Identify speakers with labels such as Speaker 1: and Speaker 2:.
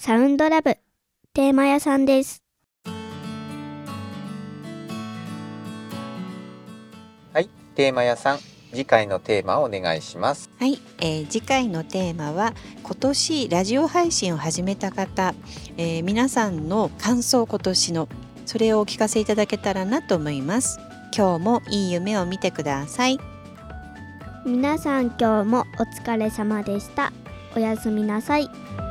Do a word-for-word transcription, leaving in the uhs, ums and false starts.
Speaker 1: サウンドラブテーマ屋さんです。
Speaker 2: はい、テーマ屋さん、次回のテーマをお願いします。
Speaker 3: はい、えー、次回のテーマは今年ラジオ配信を始めた方、えー、皆さんの感想、今年のそれをお聞かせいただけたらなと思います。今日もいい夢を見てください。
Speaker 1: 皆さん今日もお疲れ様でした。おやすみなさい。